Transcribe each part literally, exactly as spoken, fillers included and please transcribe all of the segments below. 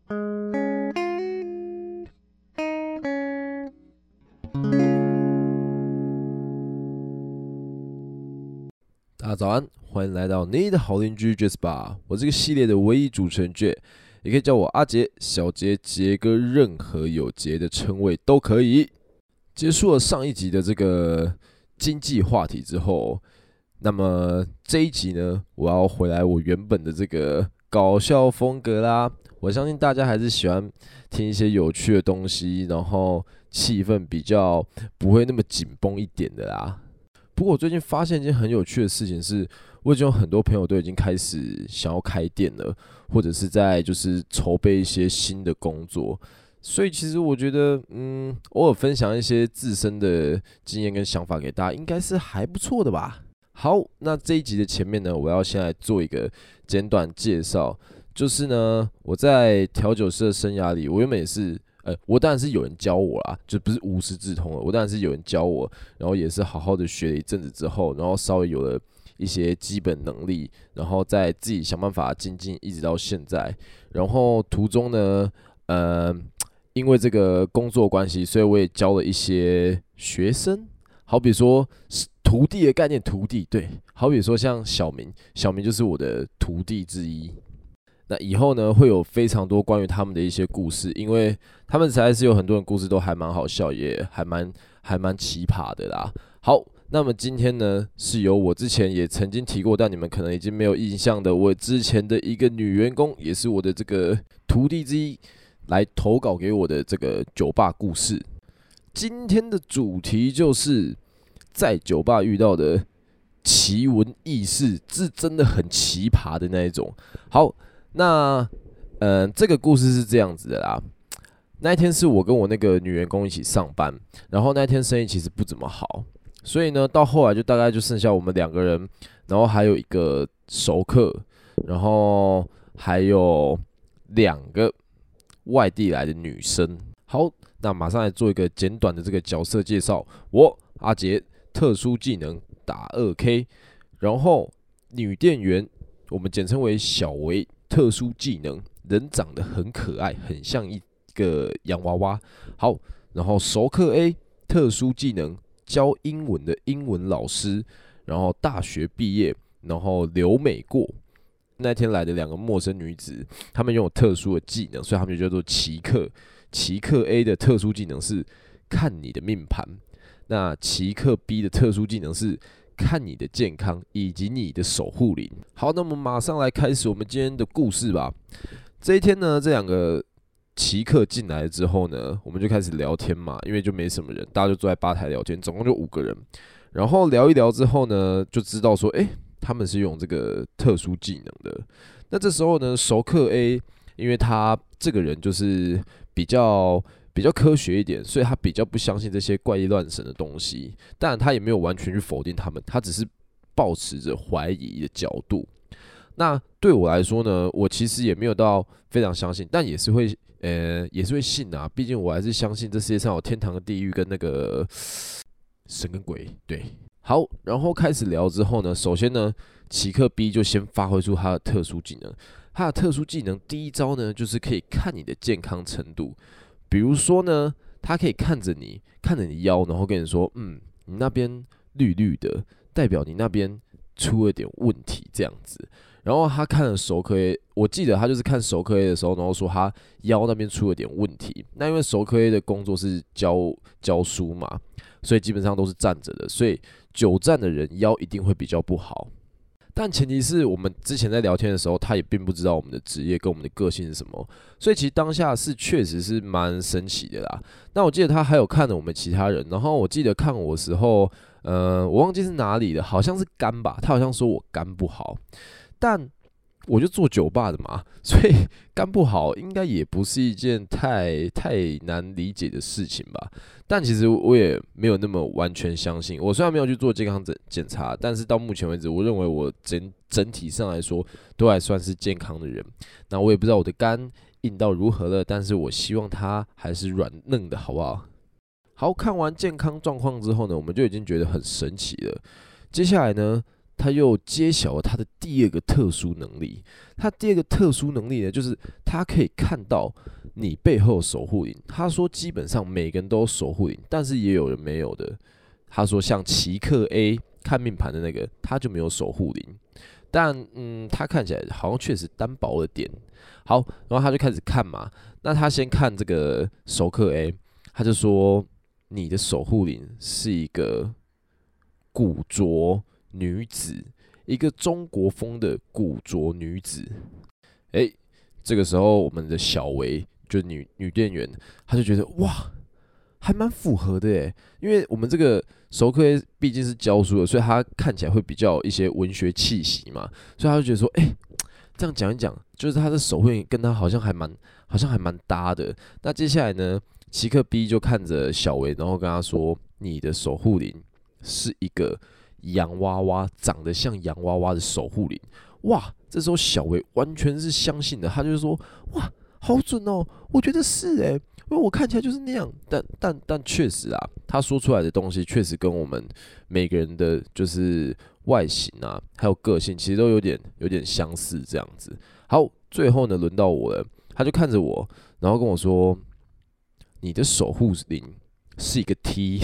大家早安，欢迎来到你的好邻居 Jasper， 我这个系列的唯一主持人 J， 也可以叫我阿杰、小杰、杰哥，任何有杰的称谓都可以。结束了上一集的这个经济话题之后，那么这一集呢，我要回来我原本的这个搞笑风格啦。我相信大家还是喜欢听一些有趣的东西，然后气氛比较不会那么紧绷一点的啦。不过我最近发现一件很有趣的事情是，我已经有很多朋友都已经开始想要开店了，或者是在就是筹备一些新的工作。所以其实我觉得，嗯，偶尔分享一些自身的经验跟想法给大家，应该是还不错的吧。好，那这一集的前面呢，我要先来做一个简短介绍，就是呢，我在调酒师的生涯里，我原本也是。呃，我当然是有人教我啦，就不是无师自通了。我当然是有人教我，然后也是好好的学了一阵子之后，然后稍微有了一些基本能力，然后再自己想办法精进，一直到现在。然后途中呢，呃，因为这个工作关系，所以我也教了一些学生，好比说徒弟的概念，徒弟对，好比说像小明，小明就是我的徒弟之一。那以后呢，会有非常多关于他们的一些故事，因为他们实在是有很多的故事都还蛮好笑，也还蛮还蛮奇葩的啦。好，那么今天呢，是由我之前也曾经提过，但你们可能已经没有印象的，我之前的一个女员工，也是我的这个徒弟之一，来投稿给我的这个酒吧故事。今天的主题就是在酒吧遇到的奇闻异事，是真的很奇葩的那一种。好。那，呃，这个故事是这样子的啦。那一天是我跟我那个女员工一起上班，然后那一天生意其实不怎么好，所以呢，到后来就大概就剩下我们两个人，然后还有一个熟客，然后还有两个外地来的女生。好，那马上来做一个简短的这个角色介绍。我阿杰，特殊技能打 二 K， 然后女店员我们简称为小维。特殊技能，人长得很可爱，很像一个洋娃娃。好，然后熟客 A， 特殊技能，教英文的英文老师，然后大学毕业，然后留美过。那天来的两个陌生女子，她们拥有特殊的技能，所以她们就叫做奇客。奇客 A 的特殊技能是看你的命盘，那奇客 B 的特殊技能是看你的健康以及你的守护灵。好，那我们马上来开始我们今天的故事吧。这一天呢，这两个奇客进来之后呢，我们就开始聊天嘛，因为就没什么人，大家就坐在吧台聊天，总共就五个人。然后聊一聊之后呢，就知道说，哎，他们是用这个特殊技能的。那这时候呢，熟客 A， 因为他这个人就是比较。比较科学一点，所以他比较不相信这些怪力乱神的东西。当然，他也没有完全去否定他们，他只是抱持着怀疑的角度。那对我来说呢，我其实也没有到非常相信，但也是会，呃，也是会信啊。毕竟我还是相信这世界上有天堂和地狱跟那个神跟鬼。对，好，然后开始聊之后呢，首先呢，奇客 B 就先发挥出他的特殊技能。他的特殊技能第一招呢，就是可以看你的健康程度。比如说呢，他可以看着你，看着你腰，然后跟你说：“嗯，你那边绿绿的，代表你那边出了点问题。”这样子。然后他看了熟客 A， 我记得他就是看熟客 A 的时候，然后说他腰那边出了点问题。那因为熟客 A 的工作是教教书嘛，所以基本上都是站着的，所以久站的人腰一定会比较不好。但前提是我们之前在聊天的时候，他也并不知道我们的职业跟我们的个性是什么，所以其实当下是确实是蛮神奇的啦。那我记得他还有看了我们其他人，然后我记得看我的时候，呃，我忘记是哪里了，好像是肝吧，他好像说我肝不好，但我就做酒吧的嘛，所以肝不好应该也不是一件太太难理解的事情吧。但其实我也没有那么完全相信。我虽然没有去做健康检查，但是到目前为止，我认为我整整体上来说都还算是健康的人。那我也不知道我的肝硬到如何了，但是我希望它还是软嫩的，好不好？好，看完健康状况之后呢，我们就已经觉得很神奇了。接下来呢， 他又揭晓了他的第二个特殊能力。他第二个特殊能力呢，就是他可以看到你背后守护灵。他说基本上每个人都有守护灵，但是也有人没有的。他说像奇克 A 看命盘的那个，他就没有守护灵，但嗯，他看起来好像确实单薄了点。好，然后他就开始看嘛。那他先看这个熟客 A， 他就说你的守护灵是一个古着女子，一个中国风的古着女子。哎，这个时候我们的小维就女女店员，她就觉得哇，还蛮符合的耶，因为我们这个熟客 A 毕竟是教书的，所以她看起来会比较有一些文学气息嘛，所以她就觉得说，哎，这样讲一讲，就是她的守护灵跟她好像还蛮好像还蛮搭的。那接下来呢，奇克 B 就看着小维，然后跟他说，你的守护灵是一个洋娃娃，长得像洋娃娃的守护灵。哇，这时候小维完全是相信的，他就说，哇，好准哦，我觉得是哎，因为我看起来就是那样。但但但确实啊，他说出来的东西确实跟我们每个人的就是外形啊，还有个性，其实都有点有点相似这样子。好，最后呢，轮到我了，他就看着我，然后跟我说，你的守护灵是一个 T。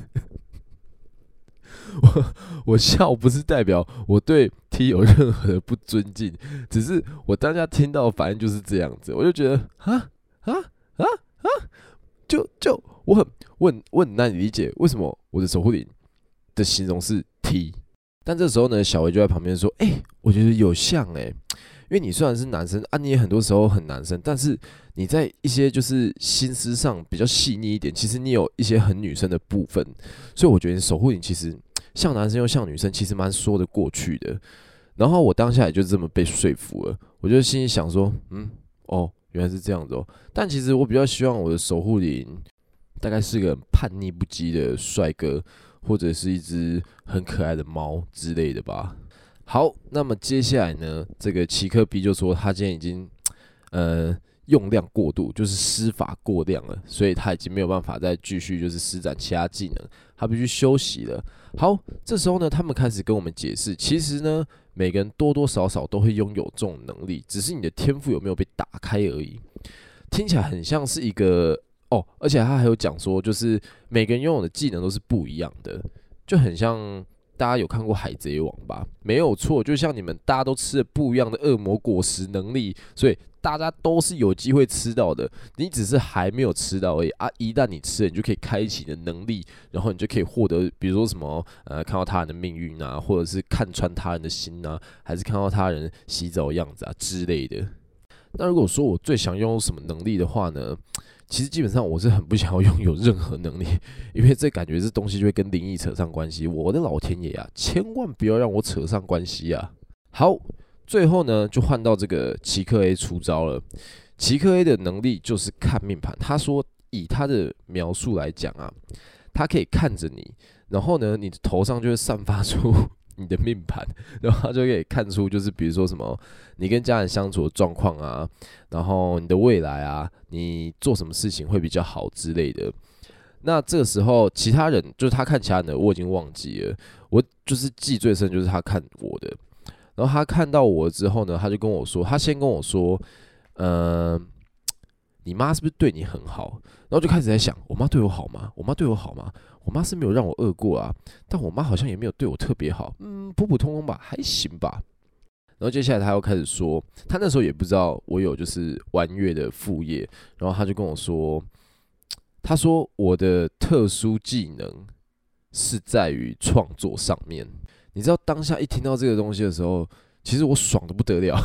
我我笑不是代表我对 T 有任何的不尊敬，只是我当下听到反应就是这样子，我就觉得啊啊啊啊，就就我很我很我很难以理解为什么我的守护灵的形容是 T。但这时候呢，小维就在旁边说：“哎、欸，我觉得有像哎、欸，因为你虽然是男生啊，你也很多时候很男生，但是你在一些就是心思上比较细腻一点，其实你有一些很女生的部分，所以我觉得守护灵其实像男生又像女生，其实蛮说得过去的。然后我当下也就这么被说服了，我就心里想说，嗯，哦，原来是这样子哦。但其实我比较希望我的守护灵大概是个叛逆不羁的帅哥，或者是一只很可爱的猫之类的吧。好，那么接下来呢，这个奇克 B 就说他今天已经呃用量过度，就是施法过量了，所以他已经没有办法再继续就是施展其他技能，他必须休息了。好，这时候呢，他们开始跟我们解释，其实呢，每个人多多少少都会拥有这种能力，只是你的天赋有没有被打开而已。听起来很像是一个哦，而且他还有讲说，就是每个人拥有的技能都是不一样的，就很像大家有看过《海贼王》吧？没有错，就像你们大家都吃了不一样的恶魔果实能力，所以大家都是有机会吃到的，你只是还没有吃到而已啊！一旦你吃了，你就可以开启你的能力，然后你就可以获得，比如说什么呃，看到他人的命运啊，或者是看穿他人的心啊，还是看到他人洗澡的样子啊之类的。那如果说我最想拥有什么能力的话呢？其实基本上我是很不想要拥有任何能力，因为这感觉这东西就会跟灵异扯上关系。我的老天爷啊，千万不要让我扯上关系啊！好，最后呢就换到这个奇克 A 出招了。奇克 A 的能力就是看命盘。他说以他的描述来讲啊，他可以看着你，然后呢你的头上就会散发出你的命盘，然后他就可以看出，就是比如说什么你跟家人相处的状况啊，然后你的未来啊，你做什么事情会比较好之类的。那这个时候，其他人就是他看其他人的，我已经忘记了，我就是记最深就是他看我的。然后他看到我之后呢，他就跟我说，他先跟我说，呃，你妈是不是对你很好？然后就开始在想，我妈对我好吗？我妈对我好吗？我妈是没有让我饿过啊，但我妈好像也没有对我特别好，嗯，普普通通吧，还行吧。然后接下来他又开始说，他那时候也不知道我有就是玩乐的副业，然后他就跟我说，他说我的特殊技能是在于创作上面。你知道当下一听到这个东西的时候，其实我爽得不得了。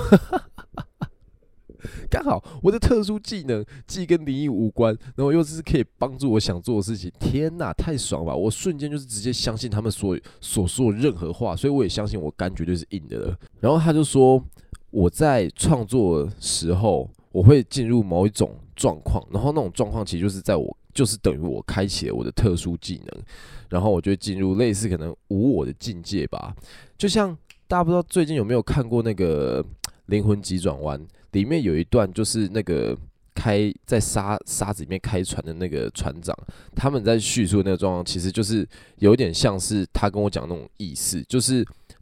刚好我的特殊技能既跟灵异无关，然后又是可以帮助我想做的事情，天哪，太爽了吧！我瞬间就是直接相信他们所所说的任何话，所以我也相信我肝绝对是硬的了。然后他就说我在创作的时候，我会进入某一种状况，然后那种状况其实就是在我就是等于我开启了我的特殊技能，然后我就会进入类似可能无我的境界吧。就像大家不知道最近有没有看过那个《灵魂急转弯》？里面有一段就是那个开在沙沙子里面开船的那个船长，他们在叙述的那个状况，其实就是有点像是他跟我讲那种意思，就是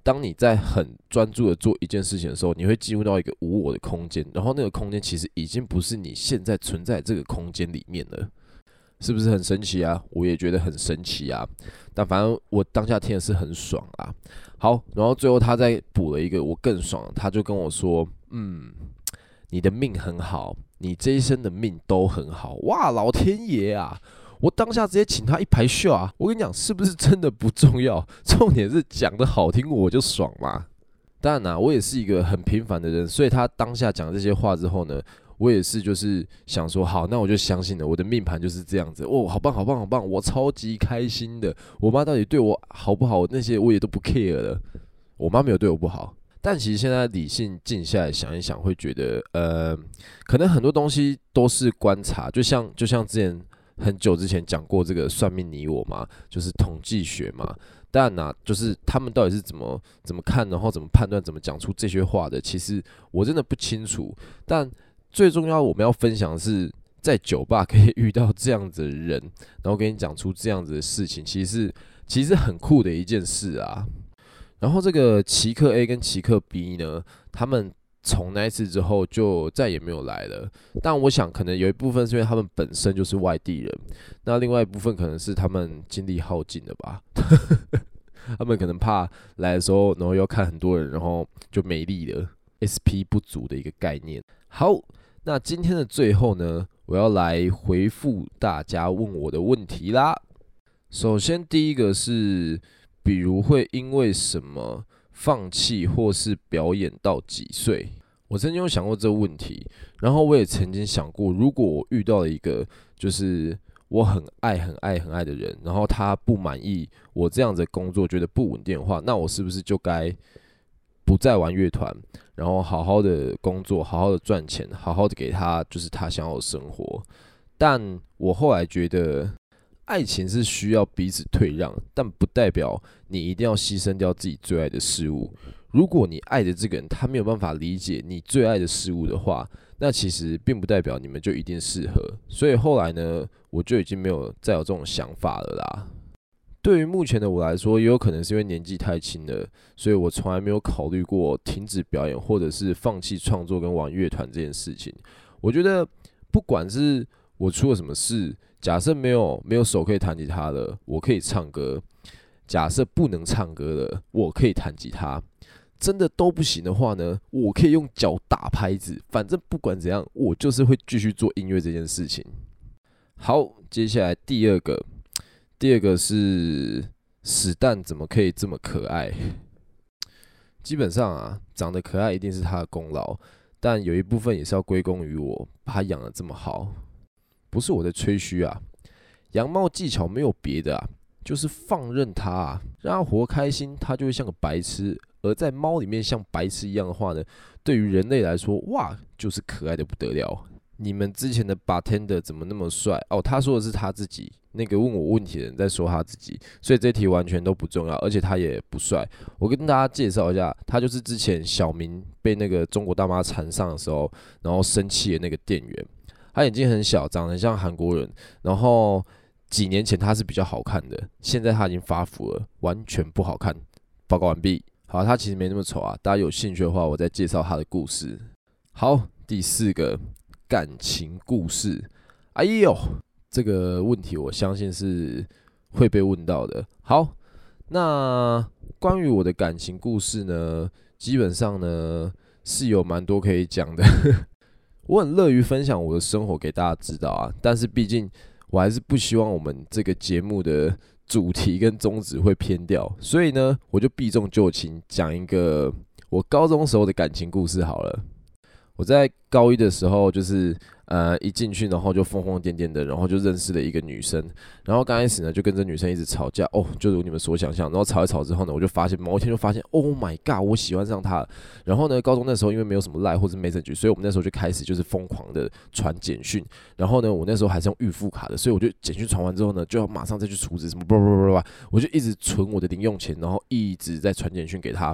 当你在很专注的做一件事情的时候，你会进入到一个无我的空间，然后那个空间其实已经不是你现在存在这个空间里面了。是不是很神奇啊？我也觉得很神奇啊。但反正我当下听的是很爽啊。好，然后最后他再补了一个我更爽，他就跟我说：“嗯，你的命很好，你这一生的命都很好。”哇，老天爷啊！我当下直接请他一排笑啊！我跟你讲，是不是真的不重要，重点是讲的好听我就爽嘛。当然啦、啊，我也是一个很平凡的人，所以他当下讲这些话之后呢。我也是，就是想说，好，那我就相信了，我的命盘就是这样子。哦，好棒，好棒，好棒，我超级开心的。我妈到底对我好不好，那些我也都不 care 了。我妈没有对我不好，但其实现在理性静下来想一想，会觉得，呃，可能很多东西都是观察，就像就像之前很久之前讲过这个算命你我嘛，就是统计学嘛。当然啦，就是他们到底是怎么怎么看，然后怎么判断，怎么讲出这些话的，其实我真的不清楚，但。最重要，我们要分享的是，在酒吧可以遇到这样子的人，然后跟你讲出这样子的事情，其实是其实很酷的一件事啊。然后这个奇克 A 跟奇克 B 呢，他们从那一次之后就再也没有来了。但我想，可能有一部分是因为他们本身就是外地人，那另外一部分可能是他们精力耗尽了吧。他们可能怕来的时候，然后要看很多人，然后就没力了 ，S P 不足的一个概念。好。那今天的最后呢，我要来回复大家问我的问题啦。首先第一个是，比如会因为什么放弃或是表演到几岁？我曾经有想过这个问题，然后我也曾经想过，如果我遇到了一个就是我很爱很爱很爱的人，然后他不满意我这样子的工作，觉得不稳定的话，那我是不是就该不再玩乐团？然后好好的工作，好好的赚钱，好好的给他就是他想要的生活。但我后来觉得，爱情是需要彼此退让，但不代表你一定要牺牲掉自己最爱的事物。如果你爱的这个人他没有办法理解你最爱的事物的话，那其实并不代表你们就一定适合。所以后来呢，我就已经没有再有这种想法了啦。对于目前的我来说，也有可能是因为年纪太轻了，所以我从来没有考虑过停止表演，或者是放弃创作跟玩乐团这件事情。我觉得，不管是我出了什么事，假设没有没有手可以弹吉他了，我可以唱歌；假设不能唱歌了，我可以弹吉他。真的都不行的话呢，我可以用脚打拍子。反正不管怎样，我就是会继续做音乐这件事情。好，接下来第二个。第二个是史蛋怎么可以这么可爱？基本上啊，长得可爱一定是他的功劳，但有一部分也是要归功于我把他养得这么好，不是我在吹嘘啊。养猫技巧没有别的啊，就是放任它啊，让它活开心，它就会像个白痴。而在猫里面像白痴一样的话呢，对于人类来说，哇，就是可爱的不得了。你们之前的 bartender 怎么那么帅？哦，他说的是他自己。那个问我问题的人在说他自己，所以这题完全都不重要，而且他也不帅。我跟大家介绍一下，他就是之前小明被那个中国大妈缠上的时候，然后生气的那个店员。他眼睛很小，长得很像韩国人，然后几年前他是比较好看的，现在他已经发福了，完全不好看。报告完毕。好，他其实没那么丑啊，大家有兴趣的话，我再介绍他的故事。好，第四个感情故事。哎呦！这个问题我相信是会被问到的。好，那关于我的感情故事呢，基本上呢是有蛮多可以讲的。我很乐于分享我的生活给大家知道啊，但是毕竟我还是不希望我们这个节目的主题跟宗旨会偏掉，所以呢，我就避重就轻，讲一个我高中时候的感情故事好了。我在高一的时候，就是呃一进去，然后就疯疯癫癫的，然后就认识了一个女生。然后刚开始呢，就跟这女生一直吵架，哦，就如你们所想象。然后吵一吵之后呢，我就发现某一天就发现 ，Oh my god， 我喜欢上她了。然后呢，高中那时候因为没有什么赖或是 Messenger， 所以我们那时候就开始就是疯狂的传简讯。然后呢，我那时候还是用预付卡的，所以我就简讯传完之后呢，就要马上再去储值什么，不不不不，我就一直存我的零用钱，然后一直在传简讯给她。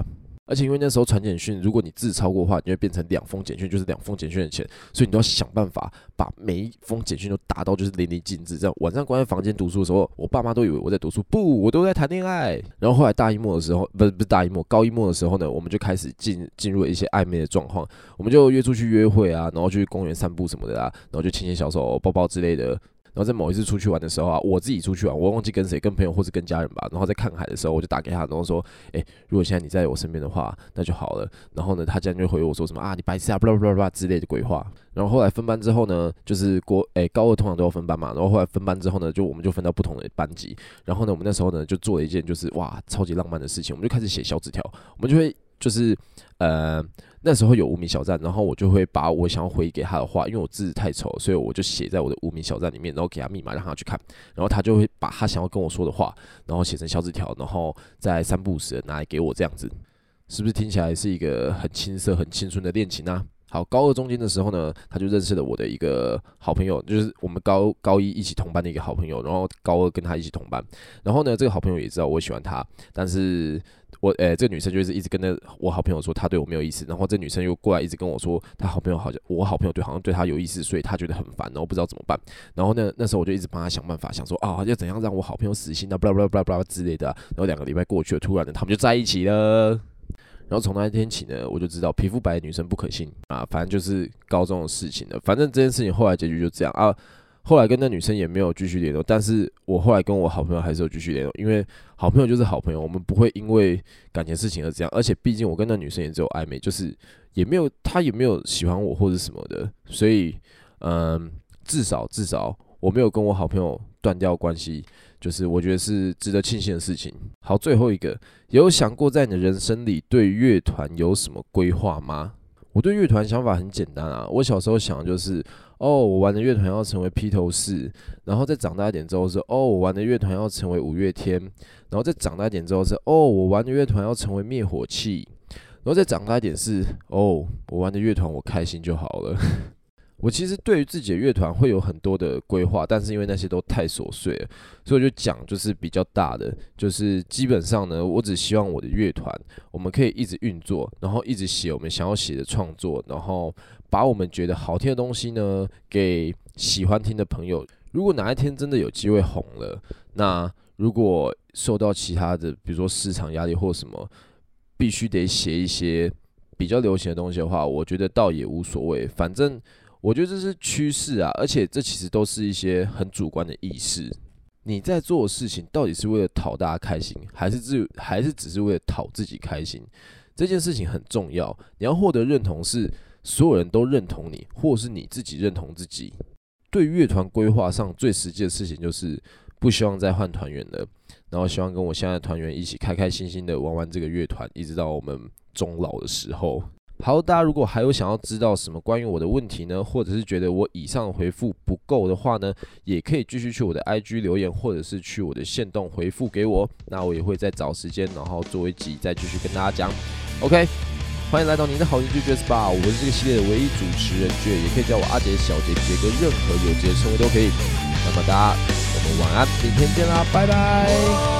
而且因为那时候传简讯，如果你字超过的话，你就会变成两封简讯，就是两封简讯的钱，所以你都要想办法把每一封简讯都打到就是淋漓尽致。这样晚上关在房间读书的时候，我爸妈都以为我在读书，不，我都在谈恋爱。然后后来大一末的时候，不是不是大一末，高一末的时候呢，我们就开始进进入了一些暧昧的状况，我们就约出去约会啊，然后去公园散步什么的啊，然后就牵牵小手、抱抱之类的。然后在某一次出去玩的时候啊，我自己出去玩，我忘记跟谁，跟朋友或是跟家人吧。然后在看海的时候，我就打给他，然后说：“哎、欸，如果现在你在我身边的话，那就好了。”然后呢，他竟然就回我说什么啊，你白痴啊，巴拉巴拉之类的鬼话。然后后来分班之后呢，就是国哎、欸、高二通常都要分班嘛。然后后来分班之后呢，就我们就分到不同的班级。然后呢，我们那时候呢就做了一件就是哇超级浪漫的事情，我们就开始写小纸条，我们就会就是呃。那时候有无名小站，然后我就会把我想要回给他的话，因为我字太丑，所以我就写在我的无名小站里面，然后给他密码让他去看，然后他就会把他想要跟我说的话，然后写成小纸条，然后再三不五时的拿来给我，这样子，是不是听起来是一个很青涩、很青春的恋情啊？好，高二中间的时候呢，他就认识了我的一个好朋友，就是我们高高一一起同班的一个好朋友，然后高二跟他一起同班，然后呢，这个好朋友也知道我喜欢他，但是我诶、欸，这个女生就是一直跟那我好朋友说她对我没有意思，然后这女生又过来一直跟我说她好朋友好像我好朋友对好像对她有意思，所以她觉得很烦，然后不知道怎么办。然后呢，那时候我就一直帮她想办法，想说啊要怎样让我好朋友死心啊，巴拉巴拉巴拉巴拉之类的、啊。然后两个礼拜过去了，突然呢他们就在一起了。然后从那一天起呢，我就知道皮肤白的女生不可信啊，反正就是高中的事情了。反正这件事情后来结局就这样啊。后来跟那女生也没有继续联络，但是我后来跟我好朋友还是有继续联络，因为好朋友就是好朋友，我们不会因为感情事情而这样。而且毕竟我跟那女生也只有暧昧，就是也没有她也没有喜欢我或者什么的，所以嗯，至少至少我没有跟我好朋友断掉关系，就是我觉得是值得庆幸的事情。好，最后一个，有想过在你的人生里对乐团有什么规划吗？我对乐团想法很简单啊，我小时候想的就是，哦，我玩的乐团要成为披头士，然后再长大一点之后是，哦，我玩的乐团要成为五月天，然后再长大一点之后是，哦，我玩的乐团要成为灭火器，然后再长大一点是，哦，我玩的乐团我开心就好了。我其实对于自己的乐团会有很多的规划，但是因为那些都太琐碎了，所以我就讲就是比较大的，就是基本上呢，我只希望我的乐团我们可以一直运作，然后一直写我们想要写的创作，然后把我们觉得好听的东西呢给喜欢听的朋友。如果哪一天真的有机会红了，那如果受到其他的，比如说市场压力或什么，必须得写一些比较流行的东西的话，我觉得倒也无所谓，反正。我觉得这是趋势啊，而且这其实都是一些很主观的意识。你在做的事情到底是为了讨大家开心，还是只还是只是为了讨自己开心？这件事情很重要。你要获得认同是所有人都认同你，或是你自己认同自己。对乐团规划上最实际的事情就是不希望再换团员了，然后希望跟我现在的团员一起开开心心的玩玩这个乐团，一直到我们终老的时候。好，大家如果还有想要知道什么关于我的问题呢，或者是觉得我以上的回复不够的话呢，也可以继续去我的 I G 留言，或者是去我的限动回复给我，那我也会再找时间，然后做一集再继续跟大家讲。OK， 欢迎来到您的好邻居 Jazz Bar， 我是这个系列的唯一主持人 J， 也可以叫我阿杰、小杰、杰哥，任何有杰的称谓都可以。那么大家，我们晚安，明天见啦，拜拜。